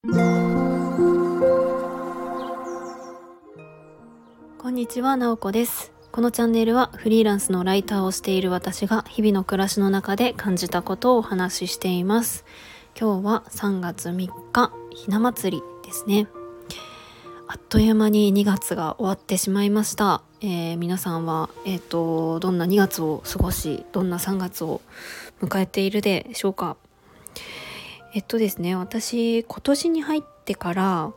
こんにちは、なおこです。このチャンネルはフリーランスのライターをしている私が日々の暮らしの中で感じたことをお話ししています。今日は3月3日、ひな祭りですね。あっという間に2月が終わってしまいました。皆さんは、どんな2月を過ごし、どんな3月を迎えているでしょうか。ですね、私今年に入ってから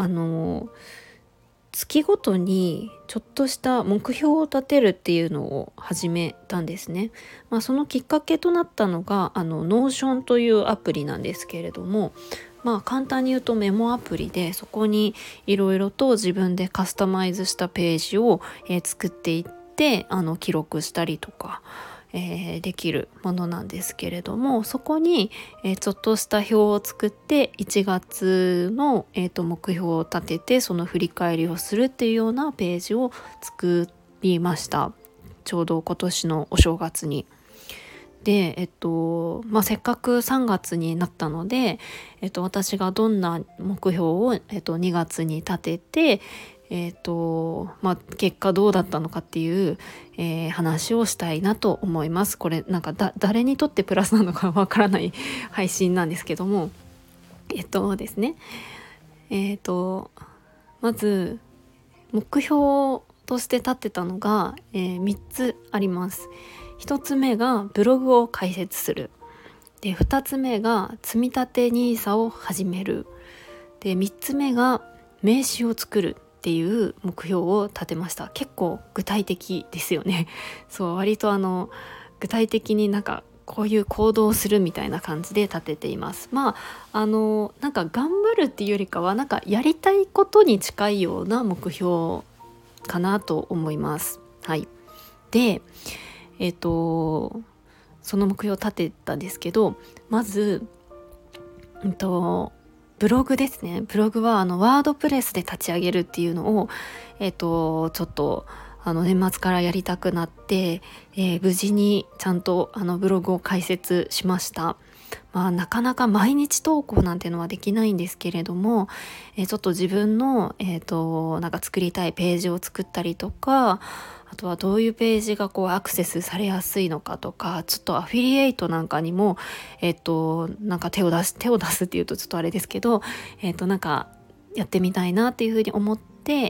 月ごとにちょっとした目標を立てるっていうのを始めたんですね。そのきっかけとなったのがノーションというアプリなんですけれども、簡単に言うとメモアプリで、そこにいろいろと自分でカスタマイズしたページを、作っていって記録したりとか、できるものなんですけれども、そこに、ちょっとした表を作って1月の、目標を立ててその振り返りをするっていうようなページを作りました。ちょうど今年のお正月に。で、せっかく3月になったので、私がどんな目標を、2月に立てて、結果どうだったのかっていう、話をしたいなと思います。これなんか誰にとってプラスなのかわからない配信なんですけども、ですね、まず目標として立てたのが、3つあります。1つ目がブログを開設する。で、2つ目が積み立て NISA を始める。で、3つ目が名刺を作るっていう目標を立てました。結構具体的ですよね。そう、割と具体的になんかこういう行動をするみたいな感じで立てています。なんか頑張るっていうよりかは、なんかやりたいことに近いような目標かなと思います。はい。で、その目標を立てたんですけど、まず、ブログですね。ブログはワードプレスで立ち上げるっていうのを、ちょっと年末からやりたくなって、無事にちゃんとブログを開設しました。なかなか毎日投稿なんてのはできないんですけれども、ちょっと自分の、なんか作りたいページを作ったりとか、あとはどういうページがアクセスされやすいのかとか、ちょっとアフィリエイトなんかにも、なんか手を出すっていうとちょっとあれですけど、なんかやってみたいなっていうふうに思って、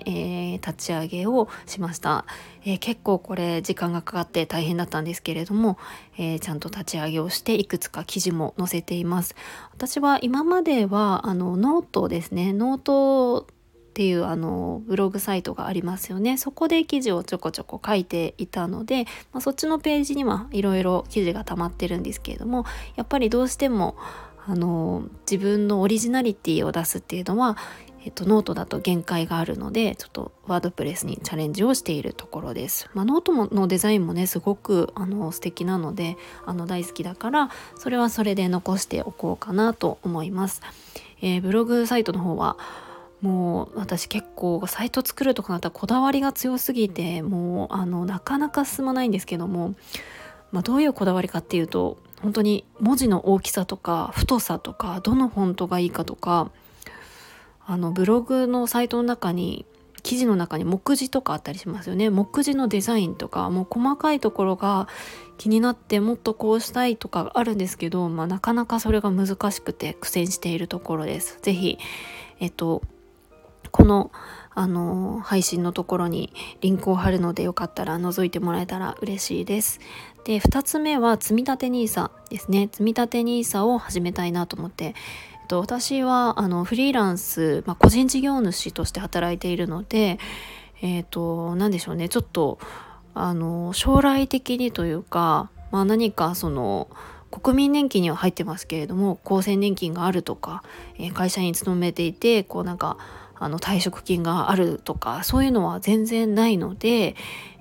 立ち上げをしました。結構これ時間がかかって大変だったんですけれども、ちゃんと立ち上げをしていくつか記事も載せています。私は今まではノートですね、ノートっていうブログサイトがありますよね。そこで記事をちょこちょこ書いていたので、そっちのページにはいろいろ記事が溜まってるんですけれども、やっぱりどうしても自分のオリジナリティを出すっていうのは、ノートだと限界があるので、ちょっとワードプレスにチャレンジをしているところです。ノートのデザインもね、すごく素敵なので大好きだから、それはそれで残しておこうかなと思います。ブログサイトの方はもう私結構サイト作るとかなったらこだわりが強すぎて、もうなかなか進まないんですけども、どういうこだわりかっていうと、本当に文字の大きさとか太さとか、どのフォントがいいかとか、ブログのサイトの中に、記事の中に目次とかあったりしますよね。目次のデザインとか、もう細かいところが気になって、もっとこうしたいとかあるんですけど、なかなかそれが難しくて苦戦しているところです。ぜひこの配信のところにリンクを貼るので、よかったら覗いてもらえたら嬉しいです。で、2つ目は積み立て NISA ですね。積み立て NISA を始めたいなと思って、私はフリーランス、個人事業主として働いているので、なんでしょうね、ちょっと将来的にというか、何か国民年金には入ってますけれども、厚生年金があるとか、会社に勤めていてなんか退職金があるとか、そういうのは全然ないので、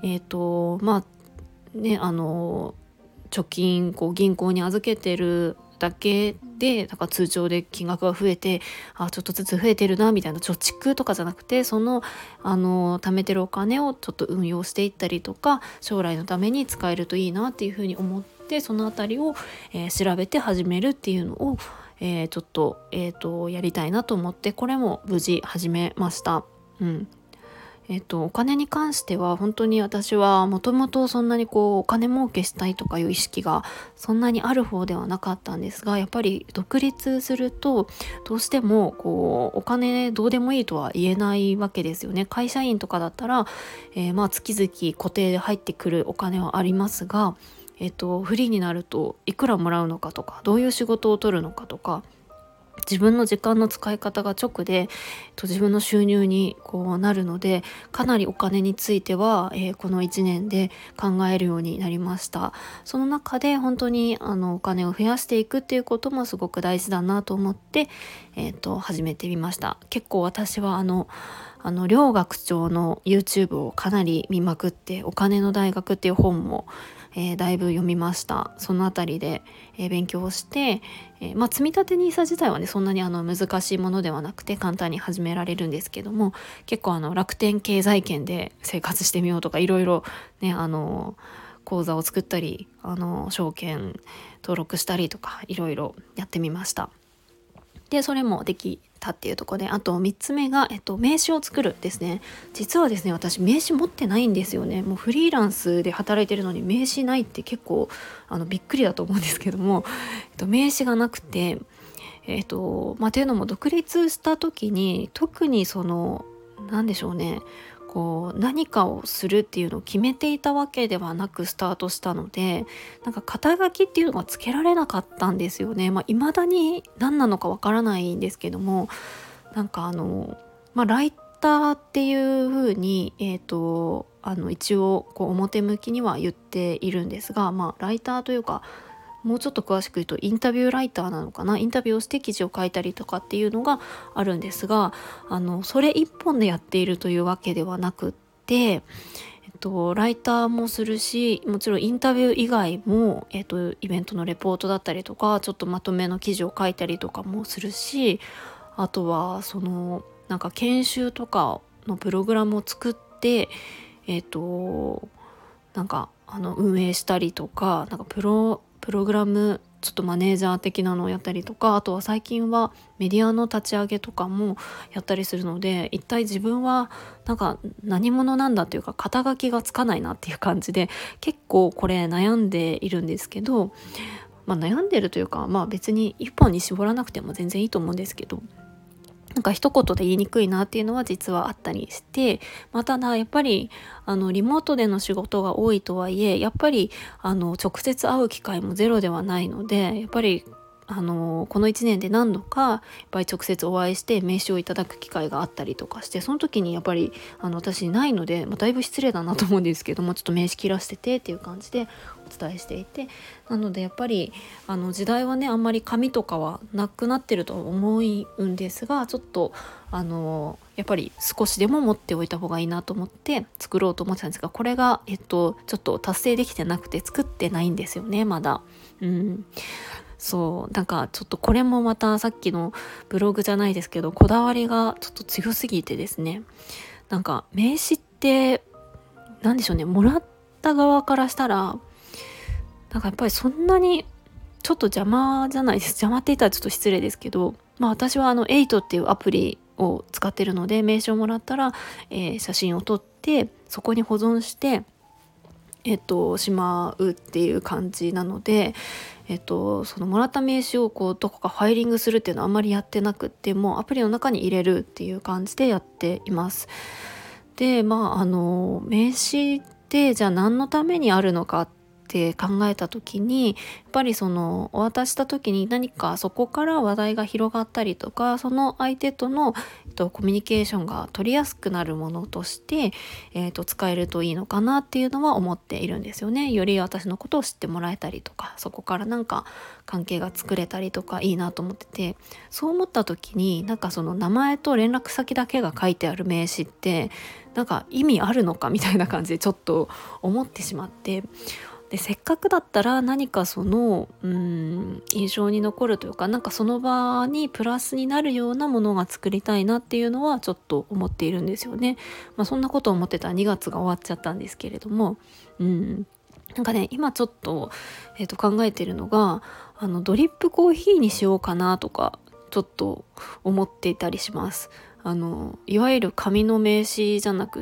貯金銀行に預けてるだけで、だから通帳で金額が増えて、ちょっとずつ増えてるなみたいな、貯蓄とかじゃなくて、貯めてるお金をちょっと運用していったりとか、将来のために使えるといいなっていうふうに思って、そのあたりを、調べて始めるっていうのを、 ちょっと、やりたいなと思って、これも無事始めました。お金に関しては本当に私はもともとそんなにお金儲けしたいとかいう意識がそんなにある方ではなかったんですが、やっぱり独立するとどうしてもお金どうでもいいとは言えないわけですよね。会社員とかだったら、月々固定で入ってくるお金はありますが、フリーになるといくらもらうのかとか、どういう仕事を取るのかとか、自分の時間の使い方が直で、自分の収入になるので、かなりお金については、この1年で考えるようになりました。その中で本当にお金を増やしていくっていうこともすごく大事だなと思って、始めてみました。結構私は両学長の YouTube をかなり見まくって、お金の大学っていう本もだいぶ読みました。そのあたりで、勉強して、積み立て NISA 自体はねそんなに難しいものではなくて簡単に始められるんですけども、結構楽天経済圏で生活してみようとか、いろいろね口座を作ったり証券登録したりとかいろいろやってみました。でそれもできたっていうところで、あと3つ目が、名刺を作るですね。実はですね、私名刺持ってないんですよね。もうフリーランスで働いてるのに名刺ないって結構びっくりだと思うんですけども、名刺がなくて、というのも独立した時に特になんでしょうね、何かをするっていうのを決めていたわけではなくスタートしたので、なんか肩書きっていうのがつけられなかったんですよね。未だに何なのかわからないんですけども、なんかライターっていう風に一応表向きには言っているんですが、ライターというか、もうちょっと詳しく言うとインタビューライターなのかな、インタビューをして記事を書いたりとかっていうのがあるんですが、それ一本でやっているというわけではなくって、ライターもするし、もちろんインタビュー以外も、イベントのレポートだったりとか、ちょっとまとめの記事を書いたりとかもするし、あとはなんか研修とかのプログラムを作って、なんか運営したりとか、なんかプログラムちょっとマネージャー的なのをやったりとか、あとは最近はメディアの立ち上げとかもやったりするので、一体自分はなんか何者なんだというか肩書きがつかないなっていう感じで、結構これ悩んでいるんですけど、悩んでるというか、別に一本に絞らなくても全然いいと思うんですけど、なんか一言で言いにくいなっていうのは実はあったりして、ただやっぱりリモートでの仕事が多いとはいえ、やっぱり直接会う機会もゼロではないので、やっぱりこの1年で何度かやっぱり直接お会いして名刺をいただく機会があったりとかして、その時にやっぱり私ないので、だいぶ失礼だなと思うんですけども、ちょっと名刺切らしててっていう感じでお伝えしていて、なのでやっぱり時代はねあんまり紙とかはなくなってると思うんですが、ちょっとやっぱり少しでも持っておいた方がいいなと思って作ろうと思ってたんですが、これがちょっと達成できてなくて作ってないんですよね、まだ。なんかちょっとこれもまたさっきのブログじゃないですけど、こだわりがちょっと強すぎてですね、なんか名刺ってなんでしょうね、もらった側からしたらなんかやっぱりそんなにちょっと邪魔じゃないです。邪魔って言ったらちょっと失礼ですけど、私はエイトっていうアプリを使ってるので、名刺をもらったら、写真を撮ってそこに保存してしまうっていう感じなので、そのもらった名刺をどこかファイリングするっていうのはあんまりやってなくって、もうアプリの中に入れるっていう感じでやっています。で名刺ってじゃあ何のためにあるのかって考えた時に、やっぱりお渡した時に何かそこから話題が広がったりとか、その相手との、コミュニケーションが取りやすくなるものとして、使えるといいのかなっていうのは思っているんですよね。より私のことを知ってもらえたりとか、そこからなんか関係が作れたりとかいいなと思ってて、そう思った時になんか名前と連絡先だけが書いてある名刺ってなんか意味あるのかみたいな感じでちょっと思ってしまって、でせっかくだったら何か印象に残るというか、なんかその場にプラスになるようなものが作りたいなっていうのはちょっと思っているんですよね。そんなことを思ってたら2月が終わっちゃったんですけれども、なんかね今ちょっと、考えてるのがドリップコーヒーにしようかなとかちょっと思っていたりします。いわゆる紙の名刺じゃなくって、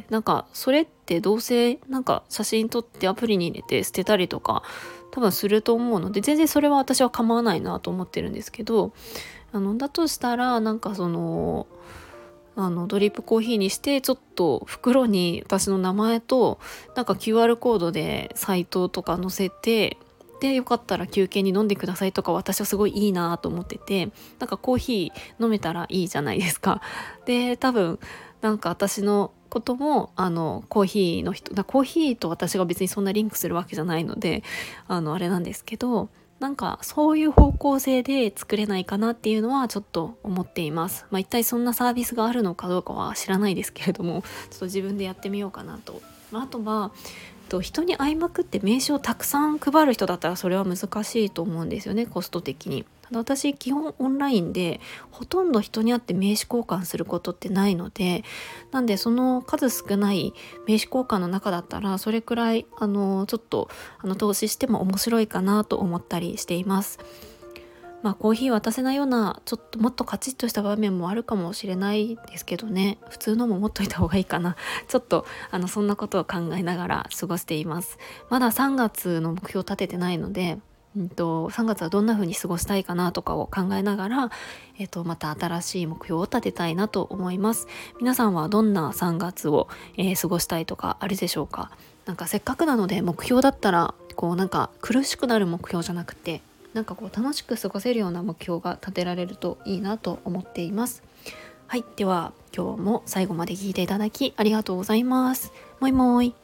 なんかそれってどうせなんか写真撮ってアプリに入れて捨てたりとか多分すると思うので、全然それは私は構わないなと思ってるんですけど、だとしたらなんかドリップコーヒーにしてちょっと袋に私の名前となんか QR コードでサイトとか載せて、でよかったら休憩に飲んでくださいとか、私はすごいいいなと思ってて、なんかコーヒー飲めたらいいじゃないですか。で多分なんか私のこともコーヒーの人コーヒーと私が別にそんなリンクするわけじゃないのであれなんですけど、なんかそういう方向性で作れないかなっていうのはちょっと思っています。一体そんなサービスがあるのかどうかは知らないですけれども、ちょっと自分でやってみようかなと。あとは人に会いまくって名刺をたくさん配る人だったらそれは難しいと思うんですよね、コスト的に。ただ私基本オンラインでほとんど人に会って名刺交換することってないので、なんでその数少ない名刺交換の中だったらそれくらいちょっと投資しても面白いかなと思ったりしています。コーヒー渡せないようなちょっともっとカチッとした場面もあるかもしれないですけどね、普通のも持っといた方がいいかなちょっとそんなことを考えながら過ごしています。まだ3月の目標を立ててないので、3月はどんな風に過ごしたいかなとかを考えながら、また新しい目標を立てたいなと思います。皆さんはどんな3月を、過ごしたいとかあるでしょうか。なんかせっかくなので目標だったらなんか苦しくなる目標じゃなくて、なんか楽しく過ごせるような目標が立てられるといいなと思っています。はい、では今日も最後まで聞いていただきありがとうございます。もいもい。